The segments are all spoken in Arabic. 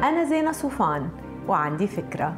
أنا زينة صوفان وعندي فكرة.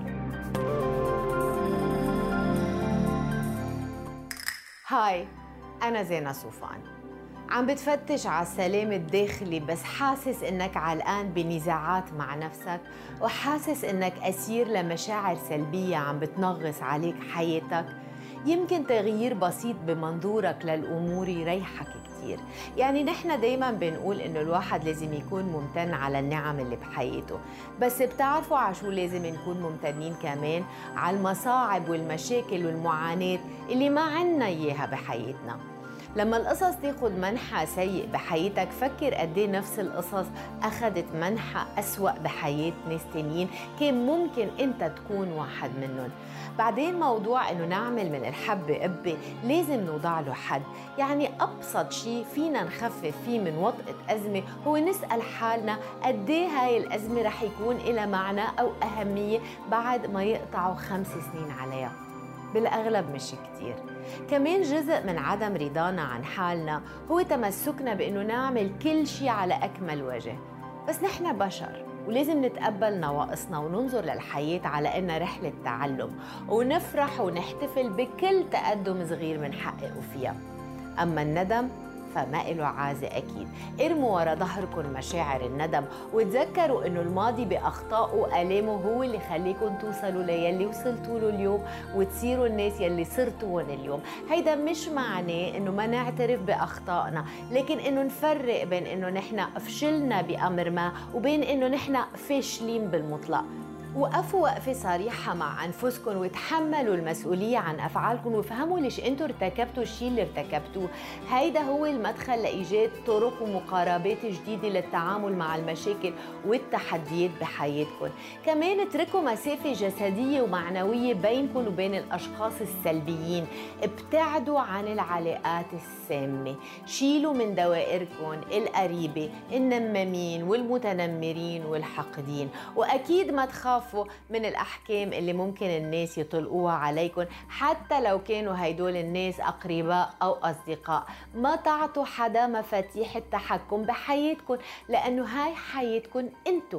هاي، أنا زينة صوفان. عم بتفتش على السلام الداخلي بس حاسس إنك علقان بنزاعات مع نفسك وحاسس إنك أسير لمشاعر سلبية عم بتنغص عليك حياتك. يمكن تغيير بسيط بمنظورك للأمور يريحك كتير. يعني نحن دايما بنقول إنه الواحد لازم يكون ممتن على النعم اللي بحياته، بس بتعرفوا عشو لازم نكون ممتنين كمان؟ على المصاعب والمشاكل والمعاناة اللي ما عنا إياها بحياتنا. لما القصص تاخد منحى سيء بحياتك فكر قديه نفس القصص أخدت منحى أسوأ بحياة ناس تانيين كان ممكن أنت تكون واحد منهم. بعدين موضوع إنه نعمل من الحبة قبة لازم نوضع له حد. يعني أبسط شيء فينا نخفف فيه من وطأة أزمة هو نسأل حالنا قديه هاي الأزمة رح يكون إلها معنى أو أهمية بعد ما يقطعوا 5 سنين عليها. بالأغلب مش كتير. كمان جزء من عدم رضانا عن حالنا هو تمسكنا بأنه نعمل كل شيء على أكمل وجه. بس نحن بشر ولازم نتقبل نواقصنا وننظر للحياة على إنها رحلة تعلم، ونفرح ونحتفل بكل تقدم صغير منحققه فيها. أما الندم فما إله عازة أكيد. ارموا ورا ظهركم مشاعر الندم وتذكروا إنه الماضي بأخطائه وآلامه هو اللي خليكم توصلوا ليلي وصلتوا له اليوم وتصيروا الناس يلي صرتوا اليوم. هيدا مش معناه إنه ما نعترف بأخطائنا، لكن إنه نفرق بين إنه نحن فشلنا بأمر ما وبين إنه نحن فاشلين بالمطلق. وقفوا وقفة صريحة مع أنفسكم وتحملوا المسؤولية عن أفعالكم وفهموا ليش أنتوا ارتكبتوا الشيء اللي ارتكبتوه. هيدا هو المدخل لإيجاد طرق ومقاربات جديدة للتعامل مع المشاكل والتحديات بحياتكم. كمان اتركوا مسافة جسدية ومعنوية بينكم وبين الأشخاص السلبيين. ابتعدوا عن العلاقات السامة. شيلوا من دوائركم القريبة النمامين والمتنمرين والحاقدين. وأكيد ما تخافوا من الأحكام اللي ممكن الناس يطلقوها عليكم حتى لو كانوا هيدول الناس أقرباء أو أصدقاء. ما تعطوا حدا مفاتيح التحكم بحياتكم لأنه هاي حياتكم أنتو.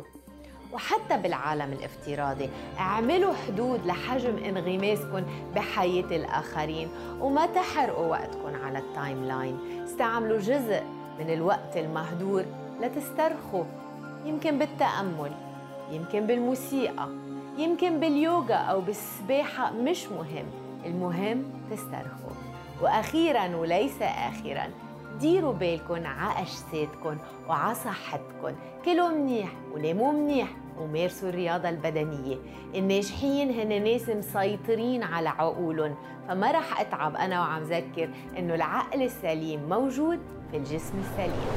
وحتى بالعالم الافتراضي اعملوا حدود لحجم انغماسكم بحياة الآخرين وما تحرقوا وقتكم على التايم لاين. استعملوا جزء من الوقت المهدور لتسترخوا، يمكن بالتأمل، يمكن بالموسيقى، يمكن باليوغا أو بالسباحة، مش مهم، المهم تسترخوا. وأخيراً وليس آخراً ديروا بالكن ع أجسادكن وع صحتكن. كلوا منيح وناموا منيح ومارسوا الرياضة البدنية. الناجحين هن ناس مسيطرين على عقولهم، فما رح أتعب أنا وعم ذكر إنه العقل السليم موجود في الجسم السليم.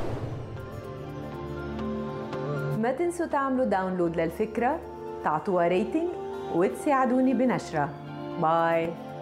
ما تنسوا تعملوا داونلود للفكرة، تعطوها ريتنج وتساعدوني بنشرها. باي.